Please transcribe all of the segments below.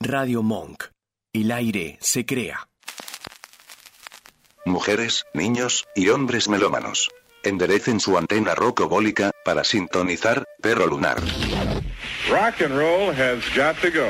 Radio Monk. El aire se crea. Mujeres, niños y hombres melómanos. Enderecen su antena rocobólica para sintonizar Perro Lunar. Rock and roll has got to go.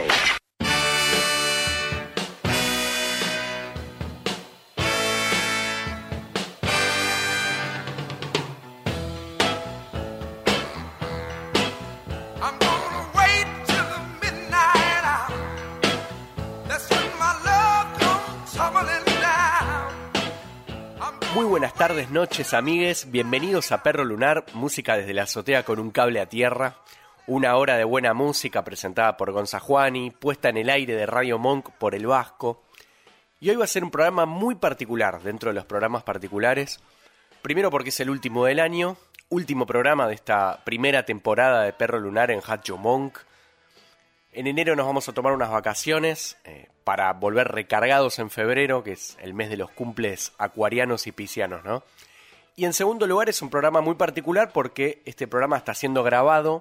Muy buenas tardes, noches, amigues. Bienvenidos a Perro Lunar, música desde la azotea con un cable a tierra. Una hora de buena música presentada por Gonza Juani, puesta en el aire de Radio Monk por el Vasco. Y hoy va a ser un programa muy particular dentro de los programas particulares. Primero porque es el último del año, último programa de esta primera temporada de Perro Lunar en Radio Monk. En enero nos vamos a tomar unas vacaciones para volver recargados en febrero, que es el mes de los cumples acuarianos y piscianos, ¿no? Y en segundo lugar es un programa muy particular porque este programa está siendo grabado,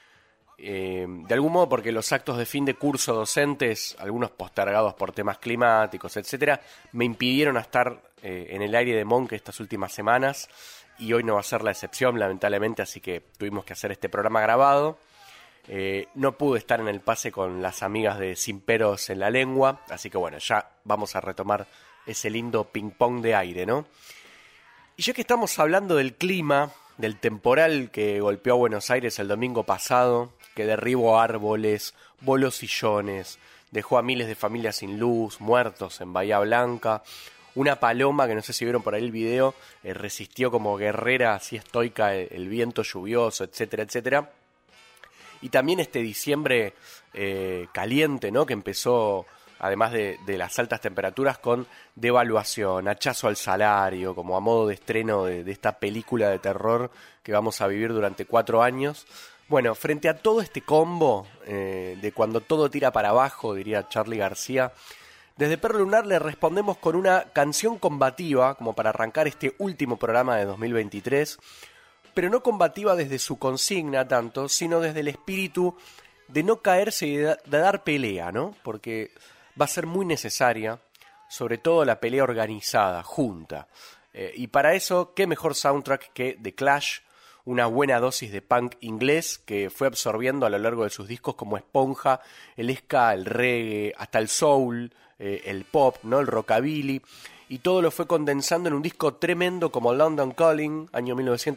de algún modo porque los actos de fin de curso docentes, algunos postergados por temas climáticos, etcétera, me impidieron estar en el aire de Monk estas últimas semanas y hoy no va a ser la excepción, lamentablemente, así que tuvimos que hacer este programa grabado. No pude estar en el pase con las amigas de Sin Peros en la Lengua, así que bueno, ya vamos a retomar ese lindo ping-pong de aire, ¿no? Y ya que estamos hablando del clima, del temporal que golpeó a Buenos Aires el domingo pasado, que derribó árboles, voló sillones, dejó a miles de familias sin luz, muertos en Bahía Blanca, una paloma, que no sé si vieron por ahí el video, resistió como guerrera, así estoica, el viento lluvioso, etcétera, etcétera. Y también este diciembre caliente, ¿no? Que empezó, además de las altas temperaturas, con devaluación, hachazo al salario, como a modo de estreno de esta película de terror que vamos a vivir durante 4 años. Bueno, frente a todo este combo de cuando todo tira para abajo, diría Charly García, desde Perro Lunar le respondemos con una canción combativa, como para arrancar este último programa de 2023, pero no combativa desde su consigna tanto, sino desde el espíritu de no caerse y de dar pelea, ¿no? Porque va a ser muy necesaria, sobre todo la pelea organizada, junta. Y para eso, ¿qué mejor soundtrack que The Clash? Una buena dosis de punk inglés que fue absorbiendo a lo largo de sus discos como esponja el ska, el reggae, hasta el soul, el pop, ¿no? El rockabilly. Y todo lo fue condensando en un disco tremendo como London Calling, año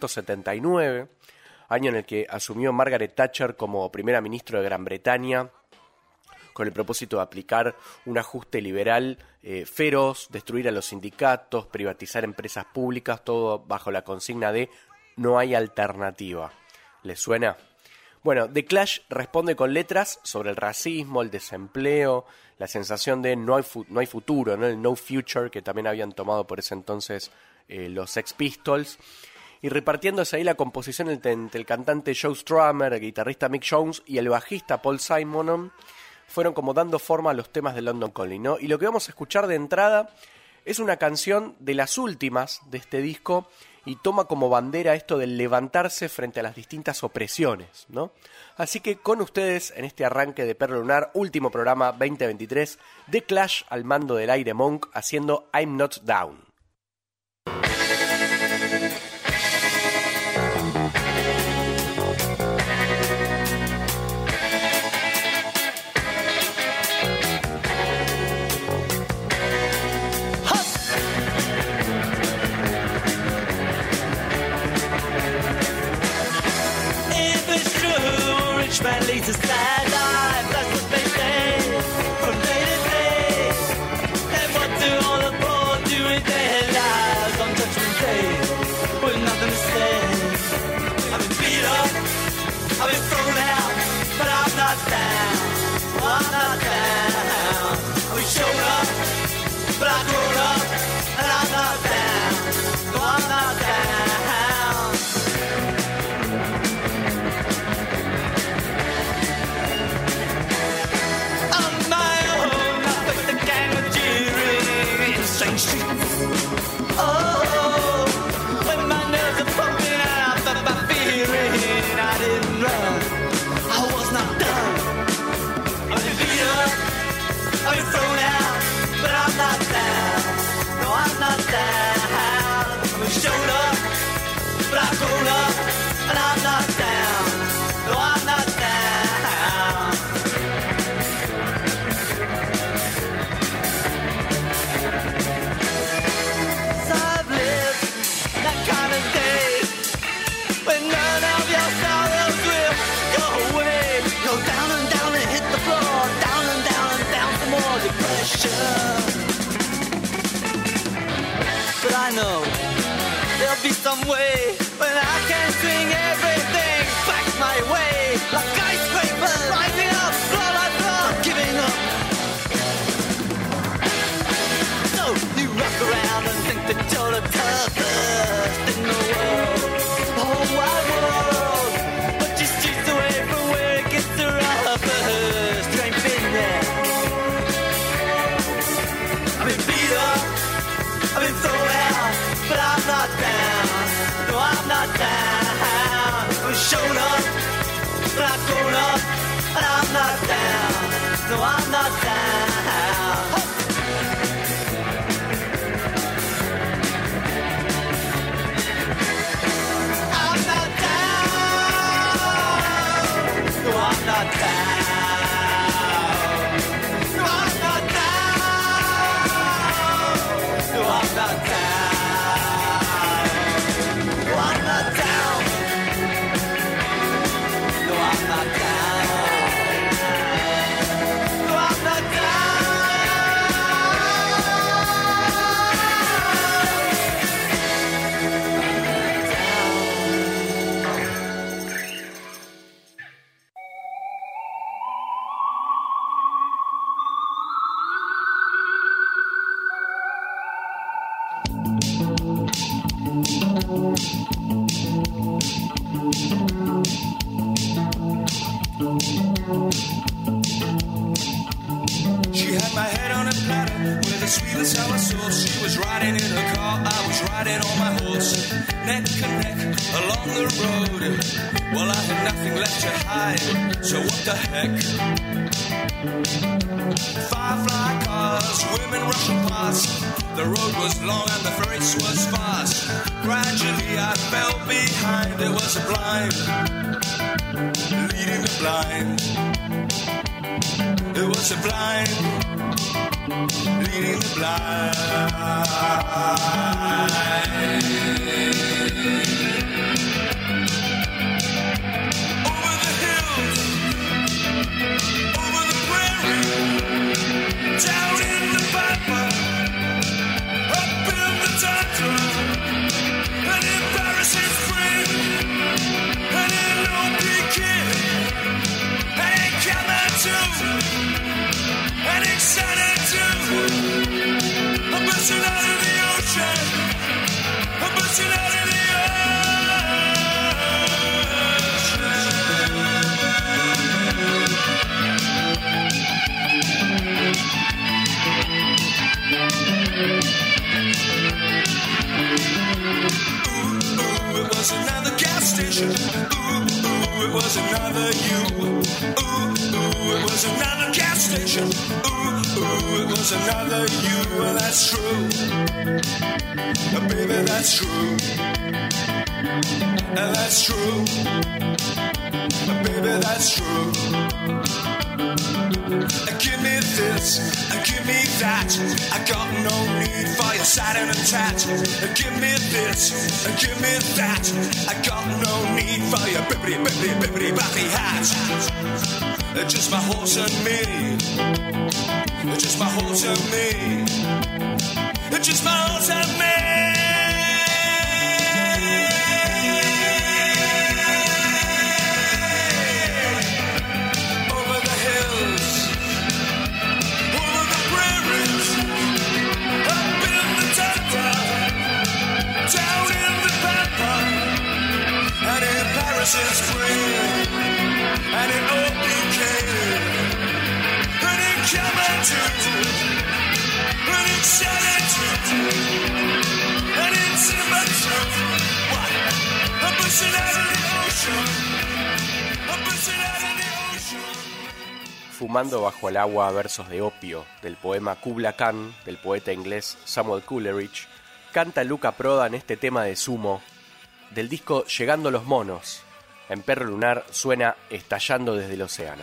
1979, año en el que asumió Margaret Thatcher como primera ministra de Gran Bretaña, con el propósito de aplicar un ajuste liberal feroz, destruir a los sindicatos, privatizar empresas públicas, todo bajo la consigna de no hay alternativa. ¿Les suena? Bueno, The Clash responde con letras sobre el racismo, el desempleo, la sensación de no hay futuro, ¿no? El no future que también habían tomado por ese entonces los Sex Pistols, y repartiéndose ahí la composición entre el cantante Joe Strummer, el guitarrista Mick Jones y el bajista Paul Simonon, fueron como dando forma a los temas de London Calling, ¿no? Y lo que vamos a escuchar de entrada es una canción de las últimas de este disco y toma como bandera esto del levantarse frente a las distintas opresiones, ¿no? Así que con ustedes, en este arranque de Perro Lunar, último programa 2023, The Clash al mando del aire Monk, haciendo I'm Not Down. Man leads a sad life, that's what they say, from day to day. And what do all the poor do with their lives on Judgment Day, with nothing to say? I've been beat up, I've been thrown out, but I'm not down, I'm not down. I've been shown up, but I've grown up, and I'm not down, no, I'm not down. Oh, when my nerves are pumping out, but my fearing I didn't run. I was not done. I've been beat up, know there'll be some way when I can swing everything back my way. Like skyscrapers rising up, blah blah blah, giving up. So you rock around and think that you're the toughest in the world, the whole wide world. But you streets away from where it gets the roughest. You ain't been there. I've been beat up, I've been thrown out, but I'm not down. No, I'm not down. I've shown up, but I've grown up, and I'm not down. No, I'm not down. I'm not down. No, I'm not down. No, I'm not down. No, I'm not down. No, I'm not down. No, I'm not down. No, I'm not She had my head on a platter with a sweet and sour sauce. She was riding in her car, I was riding on my horse. Neck and neck along the road. Well, I had nothing left to hide, so what the heck? Firefly cars, women rushing past. The road was long and the race was fast. Gradually I fell behind. It was a blind leading the blind. It was a blind leading the blind. Over the hills, over the prairie, down in the pampa, up in the tundra, and in Paris in spring, and in Peking, and in Kathmandu. And excited too. I'm bursting out of the ocean. I'm bursting out of the Ooh, it was another gas station. Ooh, it was another you. Ooh, it was another gas station. Ooh, it was another you. Well, that's true. Baby, that's true. That's true. Baby, that's true. Give me this, give me that. I got no need for your satin and tat. Give me this, give me that. I got no need for your bibbity, bibbity, bibbity, bobbity hat. Just my horse and me. Just my horse and me. Just my horse and me. In spring, and in Oblique, and in Kathmandu, and in Sanatu, and in Timbuktu. What? I'm bursting out of the ocean. I'm bursting out of the ocean. Fumando bajo el agua, versos de opio, del poema Kubla Khan, del poeta inglés Samuel Coleridge, canta Luca Prodan este tema de Sumo, del disco Llegando los monos. En Perro Lunar suena Estallando desde el océano.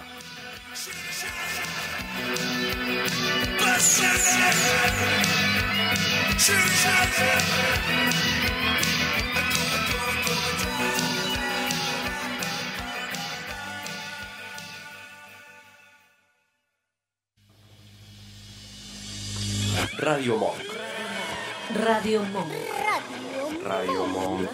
Radio Monk. Radio Monk. Radio Monk.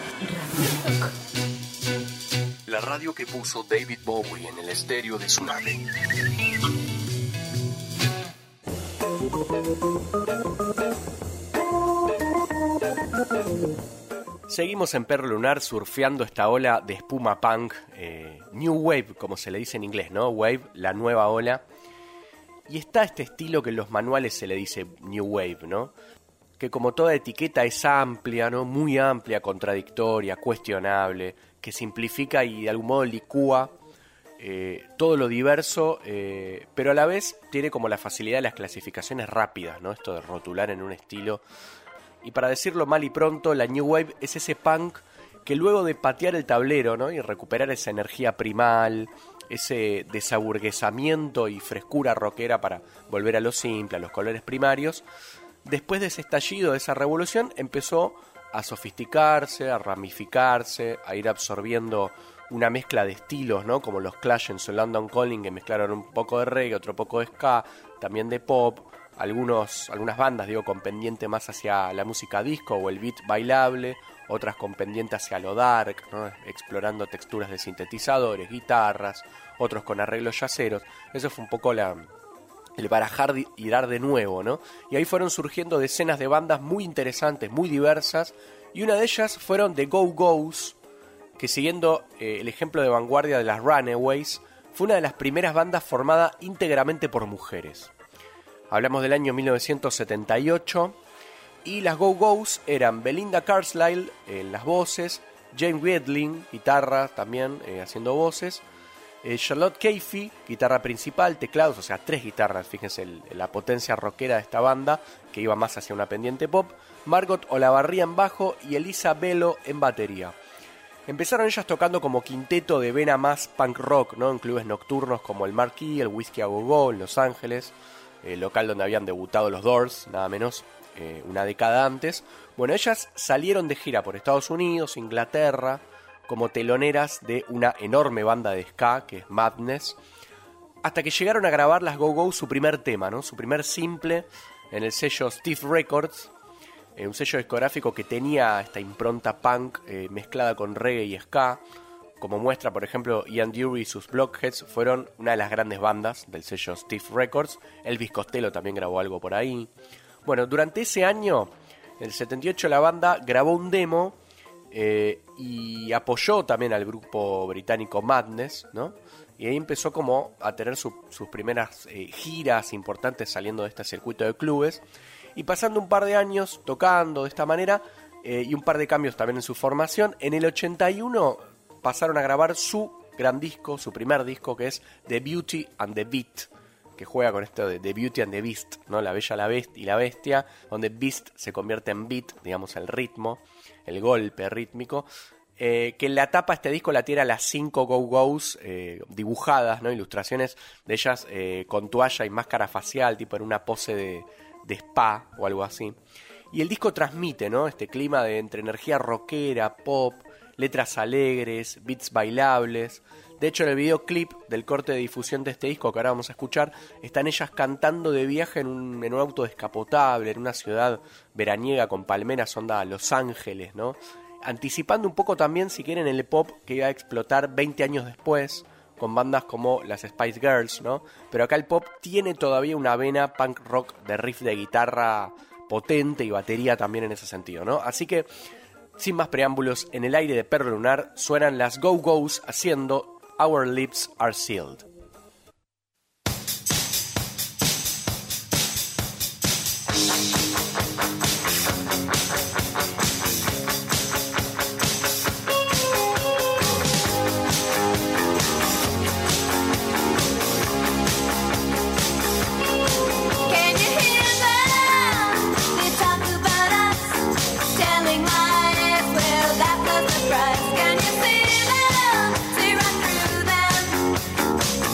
La radio que puso David Bowie en el estéreo de su nave. Seguimos en Perro Lunar surfeando esta ola de espuma punk, New Wave, como se le dice en inglés, ¿no? Wave, la nueva ola. Y está este estilo que en los manuales se le dice New Wave, ¿no? Que como toda etiqueta es amplia, ¿no? Muy amplia, contradictoria, cuestionable, que simplifica y de algún modo licúa todo lo diverso, pero a la vez tiene como la facilidad de las clasificaciones rápidas, ¿no? Esto de rotular en un estilo. Y para decirlo mal y pronto, la New Wave es ese punk que luego de patear el tablero, ¿no? Y recuperar esa energía primal, ese desaburguesamiento y frescura rockera para volver a lo simple, a los colores primarios, después de ese estallido, de esa revolución, empezó a sofisticarse, a ramificarse, a ir absorbiendo una mezcla de estilos, ¿no? Como los Clash en su London Calling, que mezclaron un poco de reggae, otro poco de ska, también de pop. Algunas bandas, con pendiente más hacia la música disco o el beat bailable, otras con pendiente hacia lo dark, ¿no? Explorando texturas de sintetizadores, guitarras, otros con arreglos yaceros. Eso fue un poco el barajar y dar de nuevo, ¿no? Y ahí fueron surgiendo decenas de bandas muy interesantes, muy diversas, y una de ellas fueron The Go-Go's, que siguiendo el ejemplo de vanguardia de las Runaways, fue una de las primeras bandas formada íntegramente por mujeres. Hablamos del año 1978 y las Go-Go's eran Belinda Carlisle en las voces, Jane Wiedlin, guitarra también haciendo voces, Charlotte Casey, guitarra principal, teclados, o sea, 3 guitarras, fíjense la potencia rockera de esta banda, que iba más hacia una pendiente pop, Margot Olavarría en bajo y Elisa Bello en batería. Empezaron ellas tocando como quinteto de vena más punk rock, ¿no? En clubes nocturnos como el Marquee, el Whiskey a Go-Go en Los Ángeles, local donde habían debutado los Doors, nada menos, una década antes. Bueno, ellas salieron de gira por Estados Unidos, Inglaterra, como teloneras de una enorme banda de ska, que es Madness, hasta que llegaron a grabar las Go-Go su primer tema, ¿no? Su primer simple en el sello Stiff Records, un sello discográfico que tenía esta impronta punk mezclada con reggae y ska. Como muestra, por ejemplo, Ian Dury y sus Blockheads fueron una de las grandes bandas del sello Stiff Records. Elvis Costello también grabó algo por ahí. Bueno, durante ese año, en el 78, la banda grabó un demo y apoyó también al grupo británico Madness, ¿no? Y ahí empezó como a tener sus primeras giras importantes saliendo de este circuito de clubes. Y pasando un par de años tocando de esta manera y un par de cambios también en su formación, en el 81 pasaron a grabar su gran disco, su primer disco, que es The Beauty and the Beat, que juega con esto de The Beauty and the Beast, ¿no? La bella y la bestia, donde Beast se convierte en beat, digamos el ritmo, el golpe rítmico, que en la tapa este disco la tiene las 5 Go-Go's dibujadas, ¿no? Ilustraciones de ellas con toalla y máscara facial, tipo en una pose de spa o algo así. Y el disco transmite, ¿no? Este clima de entre energía rockera, pop, letras alegres, beats bailables. De hecho, en el videoclip del corte de difusión de este disco que ahora vamos a escuchar, están ellas cantando de viaje en un auto descapotable, en una ciudad veraniega con palmeras, onda Los Ángeles, ¿no? Anticipando un poco también, si quieren, el pop que iba a explotar 20 años después, con bandas como las Spice Girls, ¿no? Pero acá el pop tiene todavía una vena punk rock de riff de guitarra potente y batería también en ese sentido, ¿no? Así que, sin más preámbulos, en el aire de Perro Lunar suenan las Go-Go's haciendo Our Lips Are Sealed. Can you feel them? See right through them.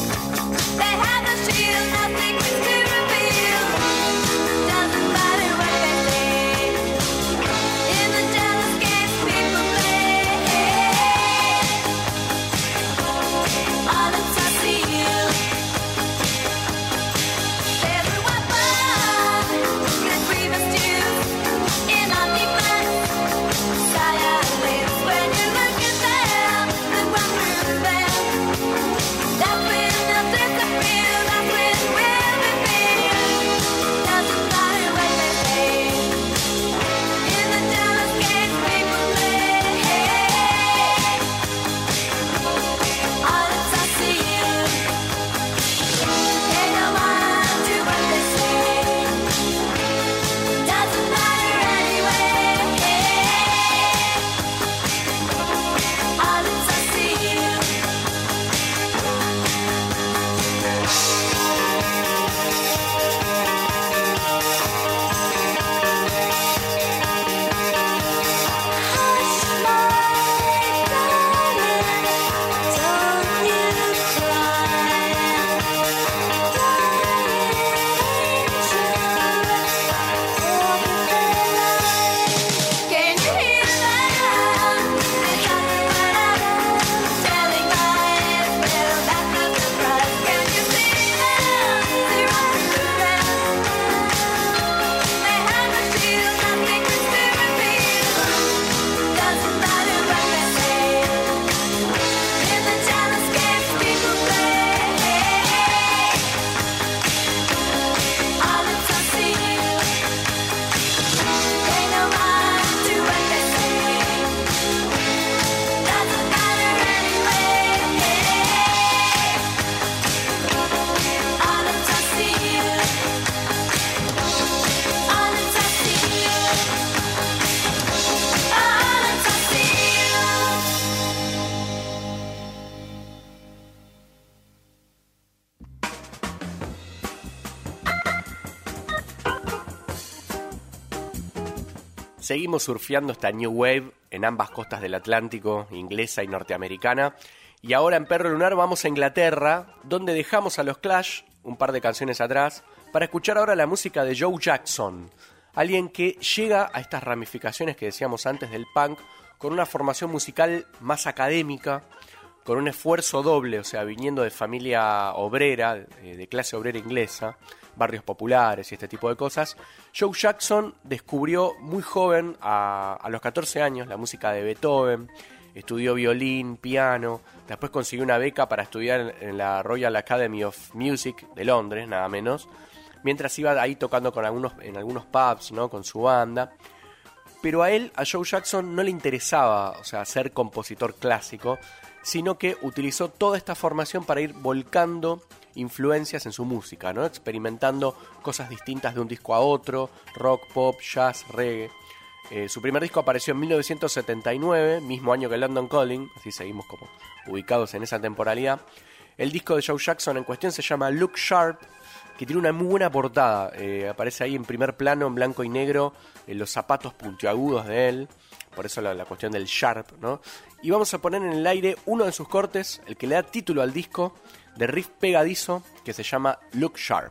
Seguimos surfeando esta New Wave en ambas costas del Atlántico, inglesa y norteamericana. Y ahora en Perro Lunar vamos a Inglaterra, donde dejamos a los Clash un par de canciones atrás, para escuchar ahora la música de Joe Jackson, alguien que llega a estas ramificaciones que decíamos antes del punk, con una formación musical más académica, con un esfuerzo doble, o sea, viniendo de familia obrera, de clase obrera inglesa, barrios populares y este tipo de cosas. Joe Jackson descubrió muy joven, a los 14 años, la música de Beethoven, estudió violín, piano, después consiguió una beca para estudiar en la Royal Academy of Music de Londres, nada menos, mientras iba ahí tocando en algunos pubs, ¿no?, con su banda. Pero a Joe Jackson, no le interesaba, o sea, ser compositor clásico, sino que utilizó toda esta formación para ir volcando influencias en su música, ¿no?, experimentando cosas distintas de un disco a otro, rock, pop, jazz, reggae. Su primer disco apareció en 1979, mismo año que London Calling, así seguimos como ubicados en esa temporalidad. El disco de Joe Jackson en cuestión se llama Look Sharp, que tiene una muy buena portada. Aparece ahí en primer plano, en blanco y negro, los zapatos puntiagudos de él, por eso la cuestión del sharp, ¿no? Y vamos a poner en el aire uno de sus cortes, el que le da título al disco, de riff pegadizo, que se llama Look Sharp.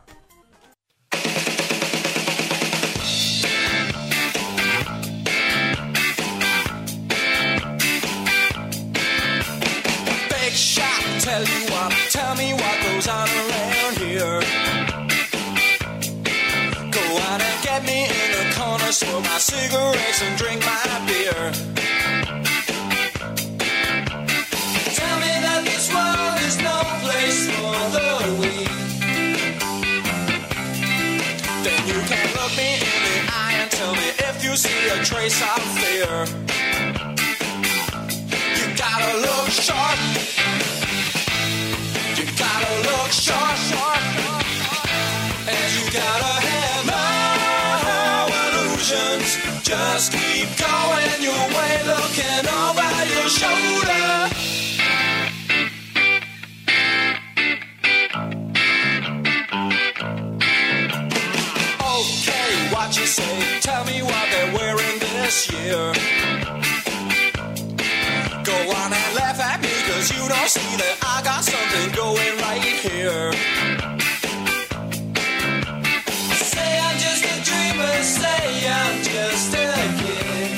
Big shot, tell me what goes on around here. Go out and get me in the corner, smoke my cigarettes and drink my beer. Tell me that this world is no place for the weak. Then you can look me in the eye and tell me if you see a trace of fear. You gotta look sharp. You gotta look sharp, and you gotta have no illusions. Just keep going your way, looking over your shoulder. Okay, what you say? Tell me what they're wearing this year. Go on and laugh at me, cause you don't see that I got something going right here. Say I'm just a dreamer, say I'm just a kid.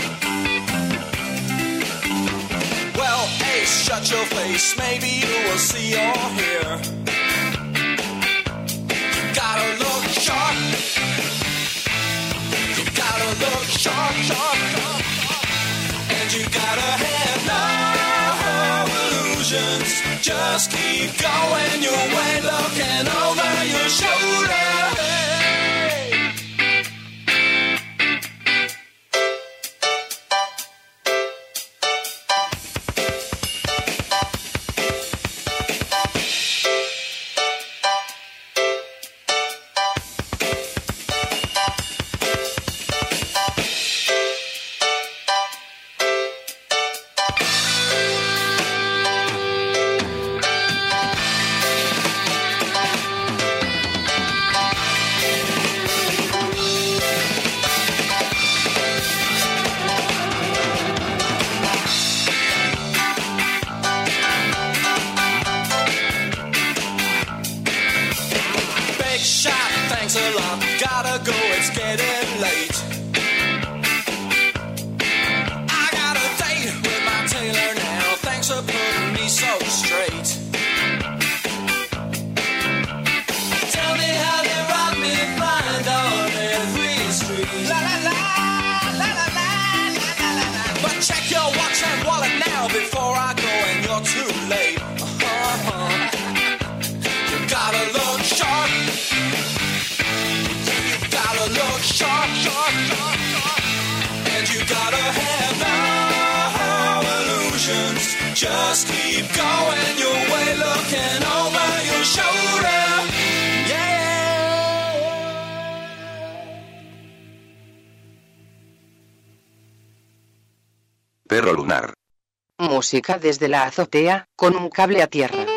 Well, hey, shut your face, maybe you will see or hear. You gotta look sharp. You gotta look sharp, sharp, sharp. And you gotta have no illusions. Just keep going your way, looking over your shoulder. Just keep going your way, looking over your shoulder. Yeah. Perro Lunar. Música desde la azotea, con un cable a tierra.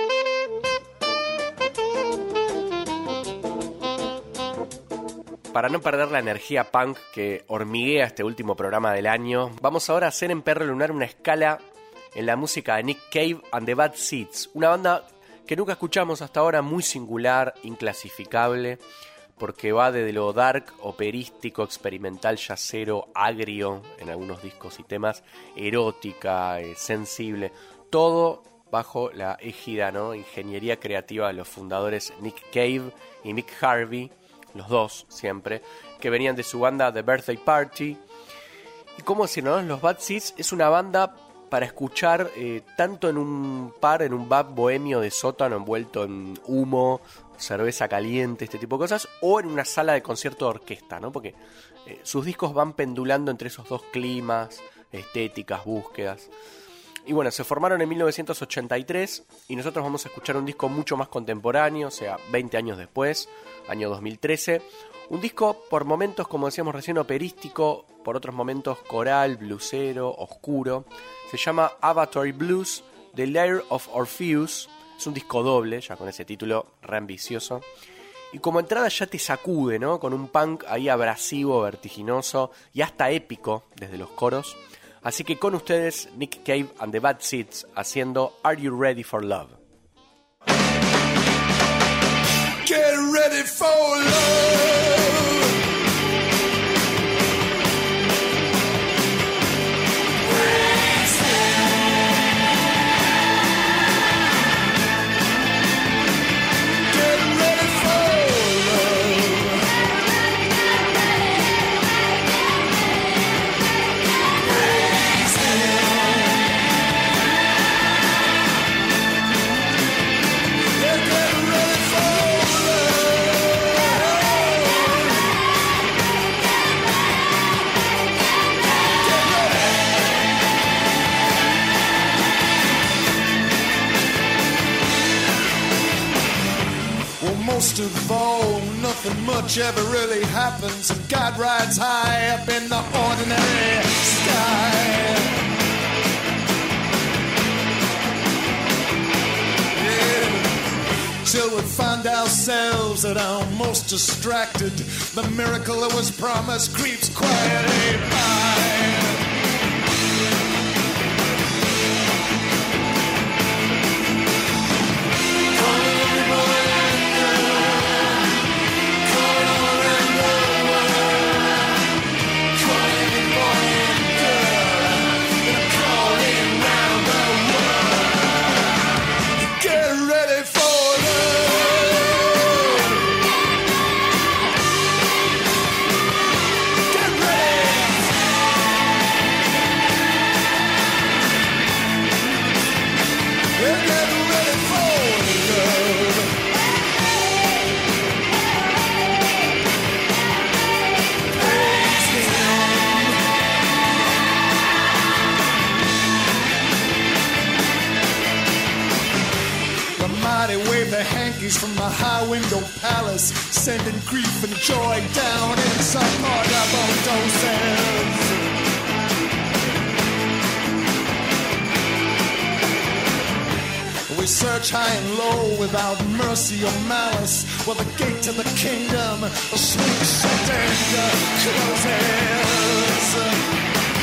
para no perder la energía punk que hormiguea este último programa del año, vamos ahora a hacer en Perro Lunar una escala en la música de Nick Cave and the Bad Seeds, una banda que nunca escuchamos hasta ahora, muy singular, inclasificable, porque va desde lo dark, operístico, experimental, jazzero, agrio en algunos discos y temas, erótica, sensible, todo bajo la égida, ¿no?, ingeniería creativa de los fundadores Nick Cave y Mick Harvey, los dos siempre, que venían de su banda The Birthday Party. Y como decirlo, ¿no?, los Bad Seeds es una banda para escuchar tanto en un bar, en un pub bohemio de sótano envuelto en humo, cerveza caliente, este tipo de cosas, o en una sala de concierto de orquesta, ¿no? Porque sus discos van pendulando entre esos dos climas, estéticas, búsquedas. Y bueno, se formaron en 1983 y nosotros vamos a escuchar un disco mucho más contemporáneo, o sea, 20 años después, año 2013. Un disco por momentos, como decíamos recién, operístico, por otros momentos coral, bluesero, oscuro. Se llama Avatary Blues, The Lair of Orpheus. Es un disco doble, ya con ese título re ambicioso. Y como entrada ya te sacude, ¿no? Con un punk ahí abrasivo, vertiginoso y hasta épico desde los coros. Así que con ustedes, Nick Cave and the Bad Seeds haciendo Are You Ready for Love? Get ready for love. Most of all, nothing much ever really happens, and God rides high up in the ordinary sky. Yeah. Till we find ourselves at our most distracted, the miracle that was promised creeps quietly by. From the high window palace, sending grief and joy down in some audible doses. We search high and low without mercy or malice, while the gate to the kingdom, the sweet surrender closes.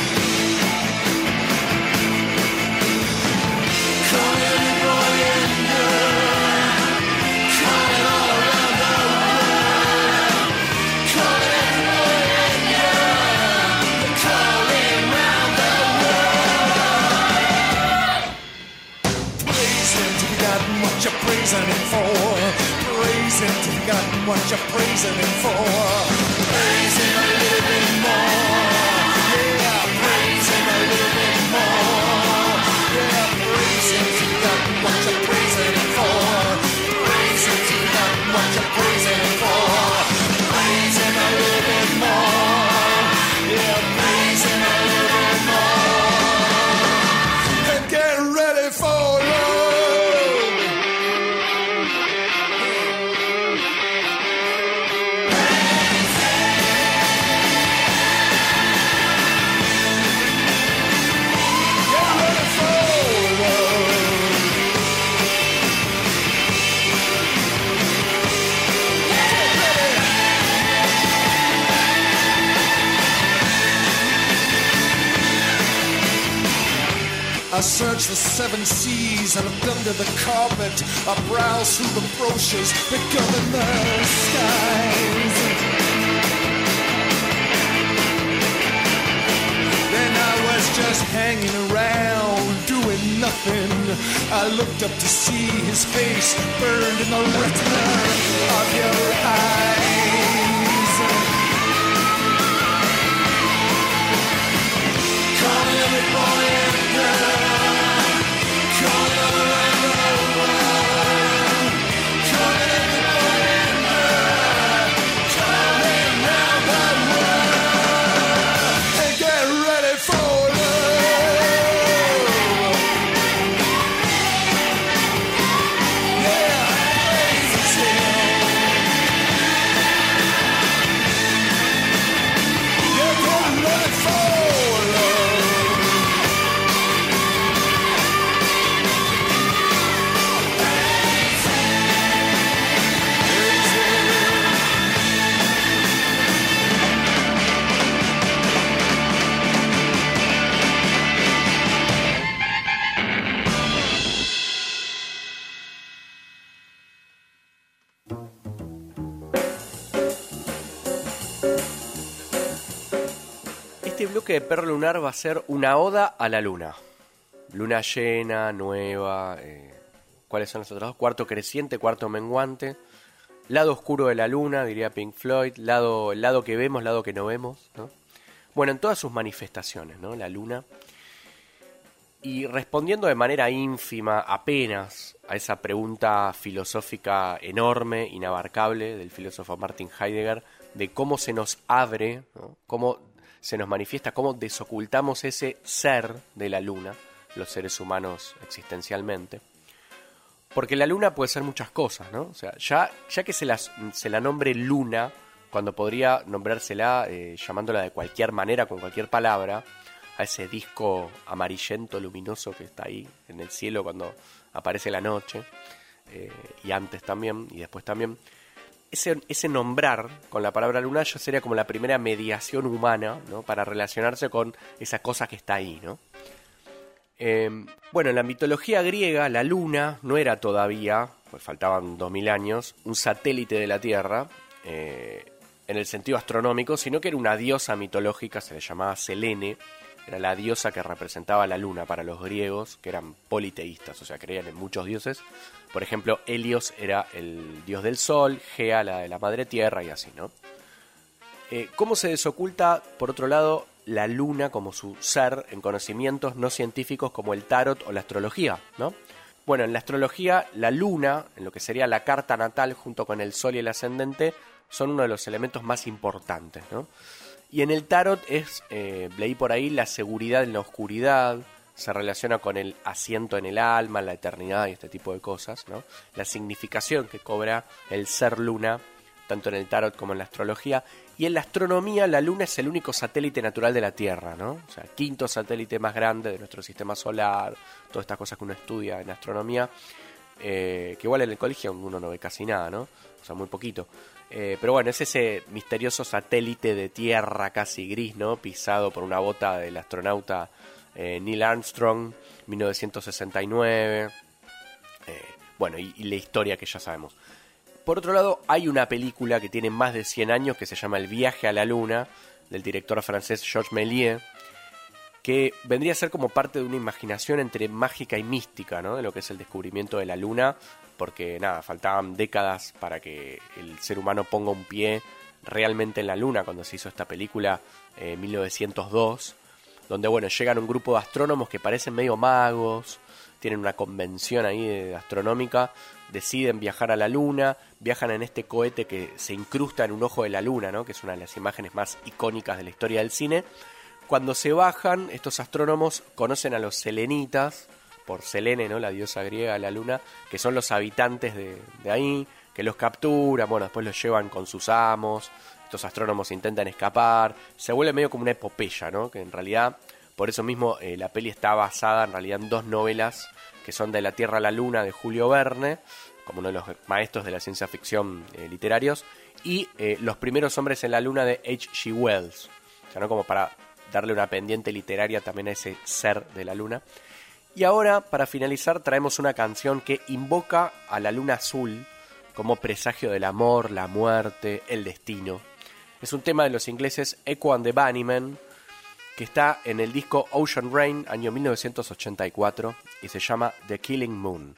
Praising him for, praise him till you got what you're praising him for. Praise him a little bit more, yeah. Praise him a little bit more, yeah. Praise him till you got what you're praising him for. Praise him till you got what you're praising him for. Praise him a little bit more, yeah. Praise him a little bit more, and get ready for love. Praise him. I searched the 7 seas, I looked under the carpet, I browsed through the brochures that govern the skies. Then I was just hanging around, doing nothing. I looked up to see his face burned in the retina of your eyes. Calling every boy and girl, calling around the world, calling every boy and girl, calling around the world, and get ready for love. Yeah, crazy still. Yeah, get ready for love. Este bloque de Perro Lunar va a ser una oda a la luna. Luna llena, nueva, ¿cuáles son los otros dos? Cuarto creciente, cuarto menguante. Lado oscuro de la luna, diría Pink Floyd. El lado que vemos, lado que no vemos, ¿no? Bueno, en todas sus manifestaciones, ¿no? La luna. Y respondiendo de manera ínfima, apenas, a esa pregunta filosófica enorme, inabarcable, del filósofo Martin Heidegger, de cómo se nos abre, ¿no? Cómo se nos manifiesta, cómo desocultamos ese ser de la luna, los seres humanos existencialmente. Porque la luna puede ser muchas cosas, ¿no? O sea, ya que se la nombre luna, cuando podría nombrársela llamándola de cualquier manera, con cualquier palabra, a ese disco amarillento, luminoso que está ahí en el cielo cuando aparece la noche, y antes también, y después también. Ese nombrar con la palabra luna ya sería como la primera mediación humana, ¿no? Para relacionarse con esa cosa que está ahí, ¿no? Bueno, en la mitología griega la luna no era todavía, pues faltaban 2000 años, un satélite de la Tierra, en el sentido astronómico, sino que era una diosa mitológica, se le llamaba Selene, era la diosa que representaba la luna para los griegos, que eran politeístas, o sea, creían en muchos dioses. Por ejemplo, Helios era el dios del sol, Gea la de la madre tierra y así, ¿no? ¿Cómo se desoculta, por otro lado, la luna como su ser en conocimientos no científicos como el tarot o la astrología, ¿no? Bueno, en la astrología, la luna, en lo que sería la carta natal junto con el sol y el ascendente, son uno de los elementos más importantes, ¿no? Y en el tarot leí por ahí, la seguridad en la oscuridad, se relaciona con el asiento en el alma, la eternidad y este tipo de cosas, ¿no? La significación que cobra el ser luna, tanto en el tarot como en la astrología. Y en la astronomía, la luna es el único satélite natural de la Tierra, ¿no? O sea, el quinto satélite más grande de nuestro sistema solar, todas estas cosas que uno estudia en astronomía, que igual en el colegio uno no ve casi nada, ¿no? O sea, muy poquito. Pero bueno, es ese misterioso satélite de tierra casi gris, ¿no? Pisado por una bota del astronauta Neil Armstrong, 1969. Bueno, y la historia que ya sabemos. Por otro lado, hay una película que tiene más de 100 años que se llama El viaje a la luna, del director francés Georges Méliès, que vendría a ser como parte de una imaginación entre mágica y mística, ¿no? De lo que es el descubrimiento de la luna, porque nada, faltaban décadas para que el ser humano ponga un pie realmente en la luna cuando se hizo esta película en 1902, donde bueno, llegan un grupo de astrónomos que parecen medio magos, tienen una convención ahí astronómica, deciden viajar a la luna, viajan en este cohete que se incrusta en un ojo de la luna, ¿no? Que es una de las imágenes más icónicas de la historia del cine. Cuando se bajan, estos astrónomos conocen a los selenitas, por Selene, ¿no? La diosa griega de la luna, que son los habitantes de ahí, que los capturan, bueno, después los llevan con sus amos, estos astrónomos intentan escapar, se vuelve medio como una epopeya, ¿no? Que en realidad, por eso mismo, la peli está basada en realidad en dos novelas que son De la Tierra a la Luna, de Julio Verne, como uno de los maestros de la ciencia ficción literarios, y Los primeros hombres en la luna, de H.G. Wells, o sea, ¿no? Como para darle una pendiente literaria también a ese ser de la luna. Y ahora, para finalizar, traemos una canción que invoca a la luna azul como presagio del amor, la muerte, el destino. Es un tema de los ingleses Echo and the Bunnymen, que está en el disco Ocean Rain, año 1984, y se llama The Killing Moon.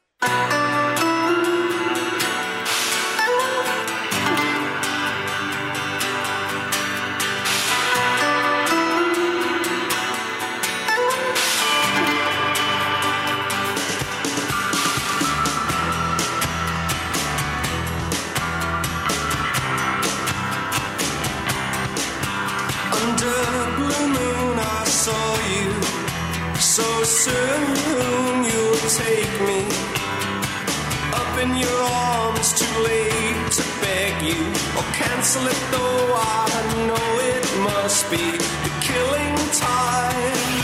So soon you'll take me up in your arms, too late to beg you or cancel it, though I know it must be the killing time,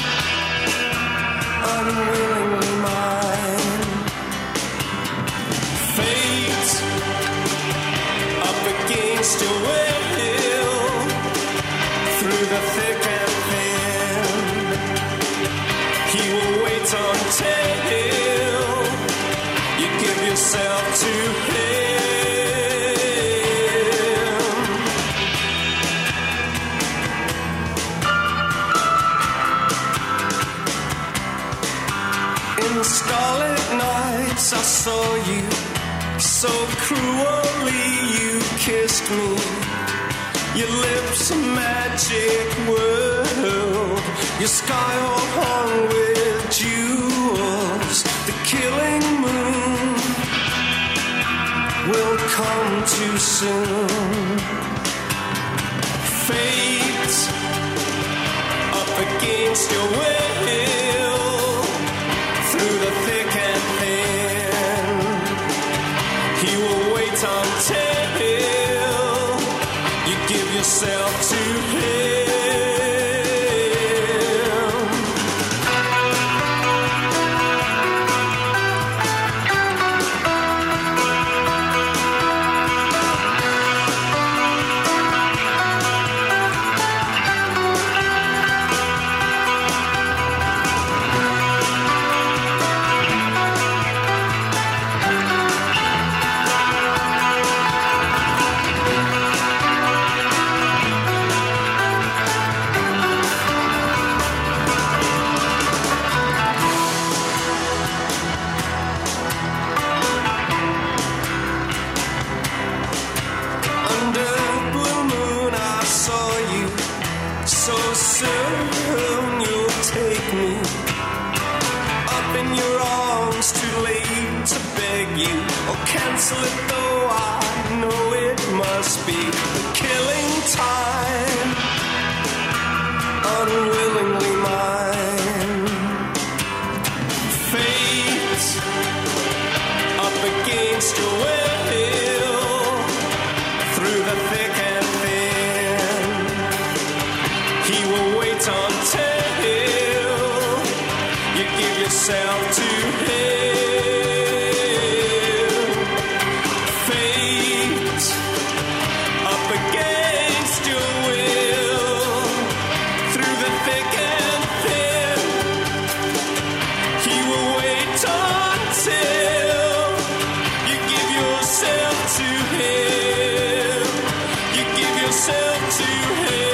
unwillingly mine. Fate up against your will, through the thick and he will wait until you give yourself to him. In the starlit nights I saw you, so cruelly you kissed me. Your lips a magic world, your sky all hung with jewels. The killing moon will come too soon. Fate up against your will, through the thick and thin. He will wait until you give yourself to him. Soon you'll take me up in your arms, too late to beg you or cancel it, though I know it must be the killing time, unwillingly mine. Fate up against your will, through the thick and thin. He will wait until you give yourself to him. Fate up against your will, through the thick and thin. He will wait until you give yourself to him. You give yourself to him.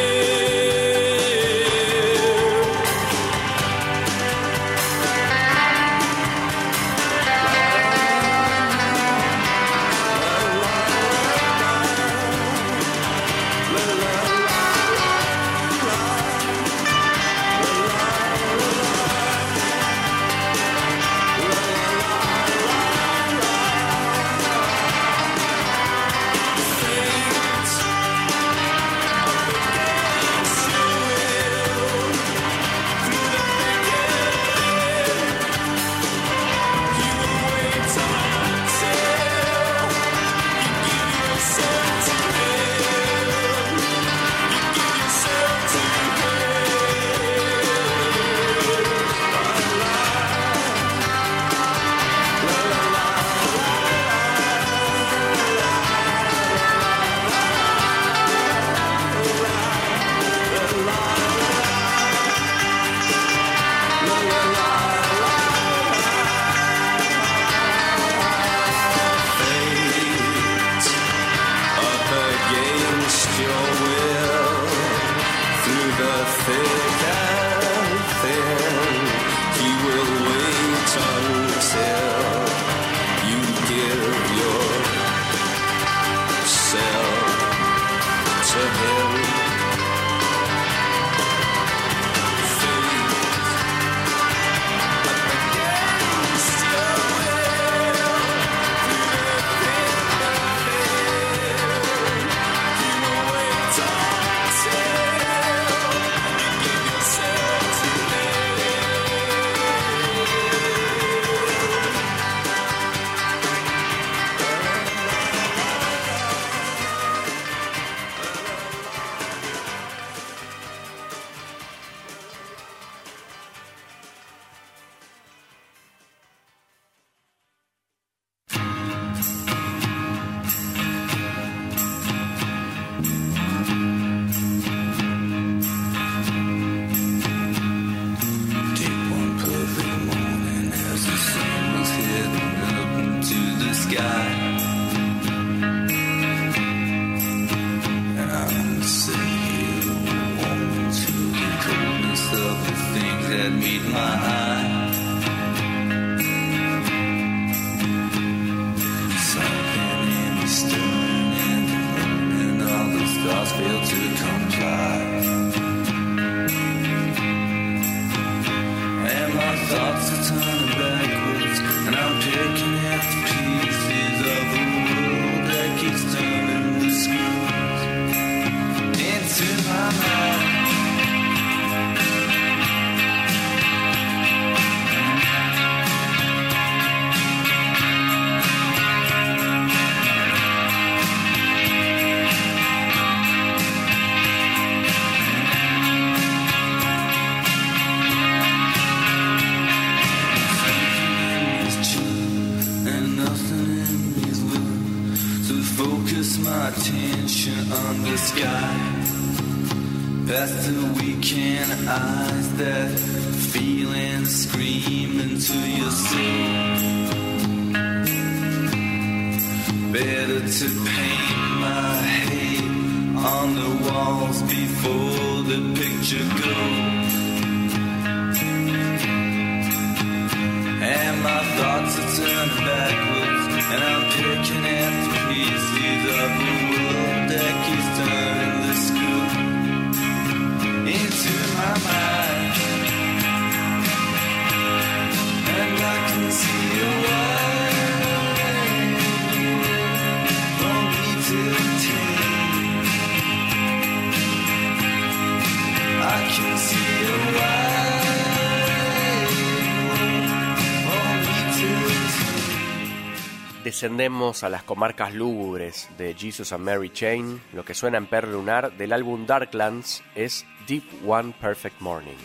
Descendemos a las comarcas lúgubres de Jesus and Mary Chain. Lo que suena en Perro Lunar del álbum Darklands es Deep One Perfect Morning.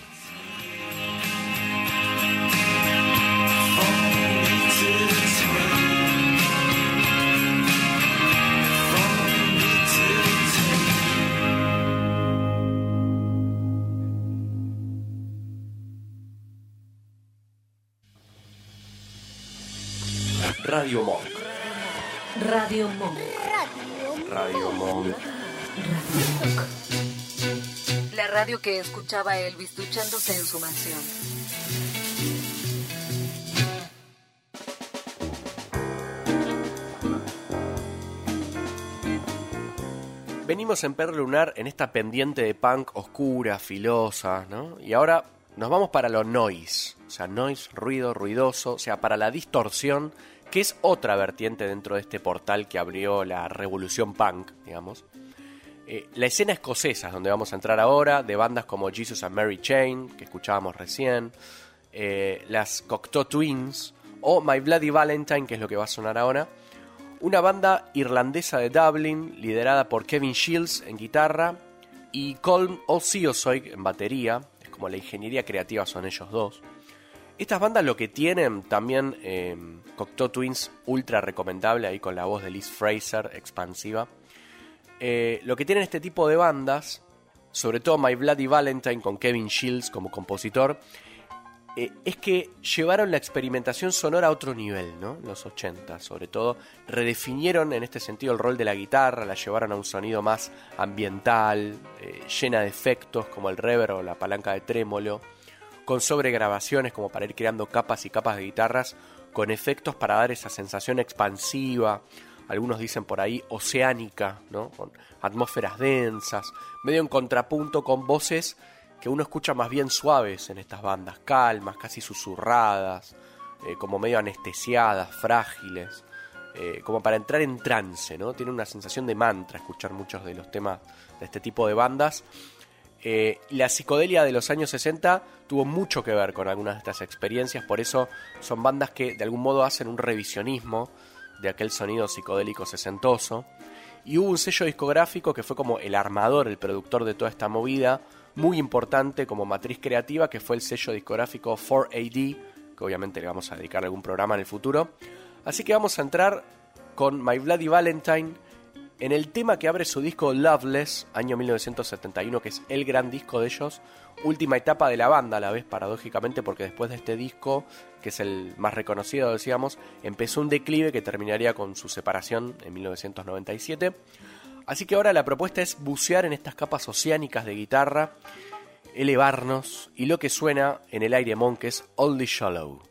Radio Monk. Radio Monk. Radio Monk. La radio que escuchaba a Elvis duchándose en su mansión. Venimos en Perro Lunar en esta pendiente de punk oscura, filosa, ¿no? Y ahora nos vamos para lo noise. O sea, noise, ruido, ruidoso. O sea, para la distorsión, que es otra vertiente dentro de este portal que abrió la revolución punk, digamos. La escena escocesa, donde vamos a entrar ahora, de bandas como Jesus and Mary Chain, que escuchábamos recién, las Cocteau Twins, o My Bloody Valentine, que es lo que va a sonar ahora. Una banda irlandesa de Dublin, liderada por Kevin Shields en guitarra, y Colm O'Siosoig en batería. Es como la ingeniería creativa son ellos dos. Estas bandas lo que tienen también, Cocteau Twins, ultra recomendable, ahí con la voz de Liz Fraser, expansiva. Lo que tienen este tipo de bandas, sobre todo My Bloody Valentine con Kevin Shields como compositor, es que llevaron la experimentación sonora a otro nivel, ¿no? Los 80, sobre todo, redefinieron en este sentido el rol de la guitarra, la llevaron a un sonido más ambiental, llena de efectos como el reverb o la palanca de trémolo, con sobregrabaciones como para ir creando capas y capas de guitarras con efectos para dar esa sensación expansiva. algunos dicen por ahí oceánica, ¿no? Con atmósferas densas, medio en contrapunto con voces que uno escucha más bien suaves en estas bandas, calmas, casi susurradas, como medio anestesiadas, frágiles, como para entrar en trance, ¿no? Tiene una sensación de mantra escuchar muchos de los temas de este tipo de bandas. La psicodelia de los años 60 tuvo mucho que ver con algunas de estas experiencias, por eso son bandas que de algún modo hacen un revisionismo de aquel sonido psicodélico sesentoso. Y hubo un sello discográfico que fue como el armador, el productor de toda esta movida, muy importante como matriz creativa, que fue el sello discográfico 4AD, que obviamente le vamos a dedicar algún programa en el futuro. Así que vamos a entrar con My Bloody Valentine en el tema que abre su disco Loveless, año 1971, que es el gran disco de ellos, última etapa de la banda a la vez, paradójicamente, porque después de este disco, que es el más reconocido, decíamos, empezó un declive que terminaría con su separación en 1997. Así que ahora la propuesta es bucear en estas capas oceánicas de guitarra, elevarnos, y lo que suena en el aire Monk es Oldie Shallow.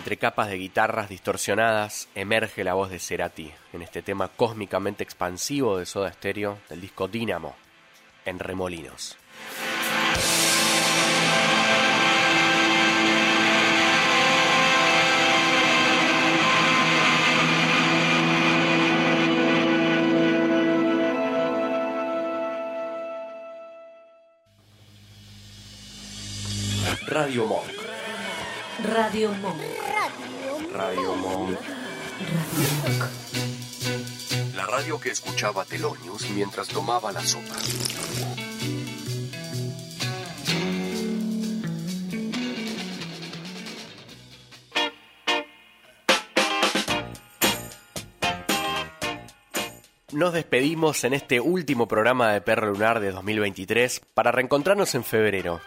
entre capas de guitarras distorsionadas, emerge la voz de Cerati en este tema cósmicamente expansivo de Soda Stereo del disco Dínamo, en Remolinos. Radio Monk. Radio Monk. Radio Monk. La radio que escuchaba Thelonious mientras tomaba la sopa. Nos despedimos en este último programa de Perro Lunar de 2023 para reencontrarnos en febrero,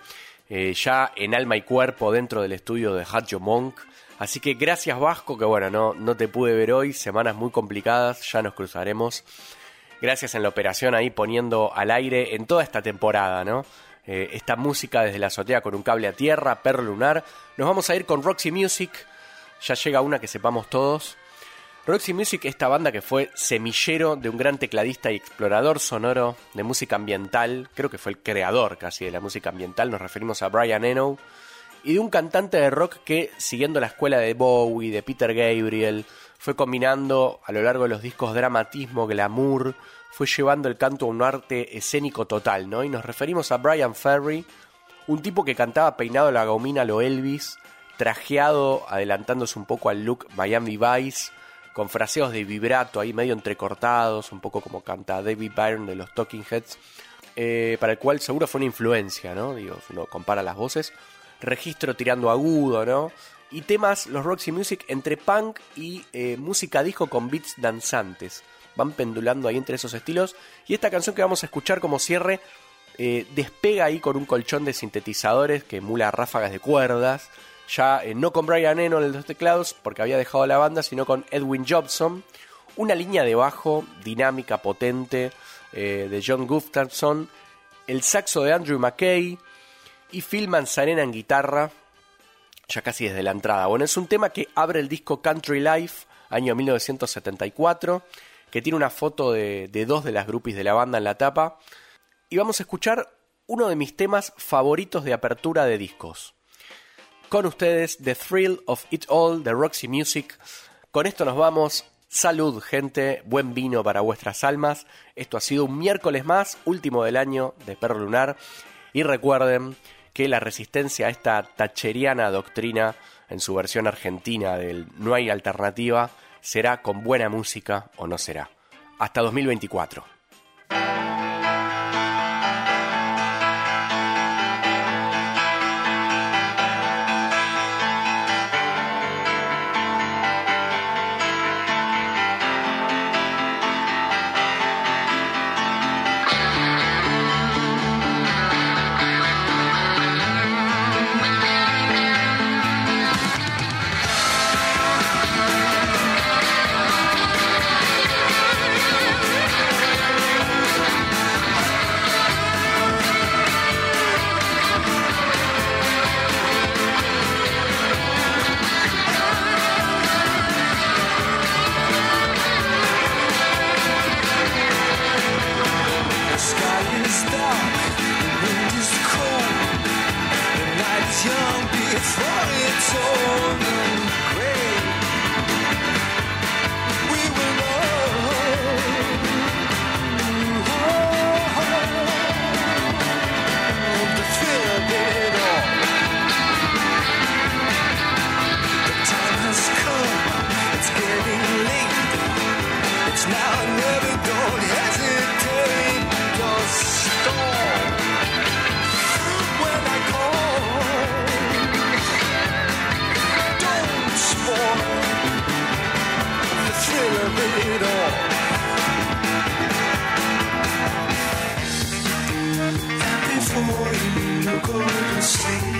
ya en alma y cuerpo dentro del estudio de Radio Monk. Así que gracias Vasco, que bueno, no te pude ver hoy, semanas muy complicadas, ya nos cruzaremos. Gracias en la operación ahí poniendo al aire en toda esta temporada, ¿no? Esta música desde la azotea con un cable a tierra, Perro Lunar. Nos vamos a ir con Roxy Music, ya llega una que sepamos todos. Roxy Music, esta banda que fue semillero de un gran tecladista y explorador sonoro de música ambiental, creo que fue el creador casi de la música ambiental, nos referimos a Brian Eno, y de un cantante de rock que, siguiendo la escuela de Bowie, de Peter Gabriel, fue combinando a lo largo de los discos dramatismo, glamour, fue llevando el canto a un arte escénico total, ¿no? Y nos referimos a Bryan Ferry, un tipo que cantaba peinado a la gomina a lo Elvis, trajeado, adelantándose un poco al look Miami Vice, con fraseos de vibrato ahí medio entrecortados, un poco como canta David Byrne de los Talking Heads, para el cual seguro fue una influencia, ¿no? Digo, uno compara las voces, registro tirando agudo, ¿no? Y temas, los Roxy Music, entre punk y música disco con beats danzantes. Van pendulando ahí entre esos estilos. Y esta canción que vamos a escuchar como cierre despega ahí con un colchón de sintetizadores que emula ráfagas de cuerdas. Ya no con Brian Eno en los teclados, porque había dejado la banda, sino con Edwin Jobson. Una línea de bajo dinámica, potente, de John Gustafson. El saxo de Andrew McKay. Y Phil Manzanera en guitarra, ya casi desde la entrada. Bueno, es un tema que abre el disco Country Life, año 1974, que tiene una foto de dos de las groupies de la banda en la tapa. Y vamos a escuchar uno de mis temas favoritos de apertura de discos. Con ustedes, The Thrill of It All, de Roxy Music. Con esto nos vamos. Salud, gente. Buen vino para vuestras almas. Esto ha sido un miércoles más, último del año de Perro Lunar. Y recuerden que la resistencia a esta thatcheriana doctrina, en su versión argentina del no hay alternativa, será con buena música o no será. Hasta 2024. Before you go to sleep,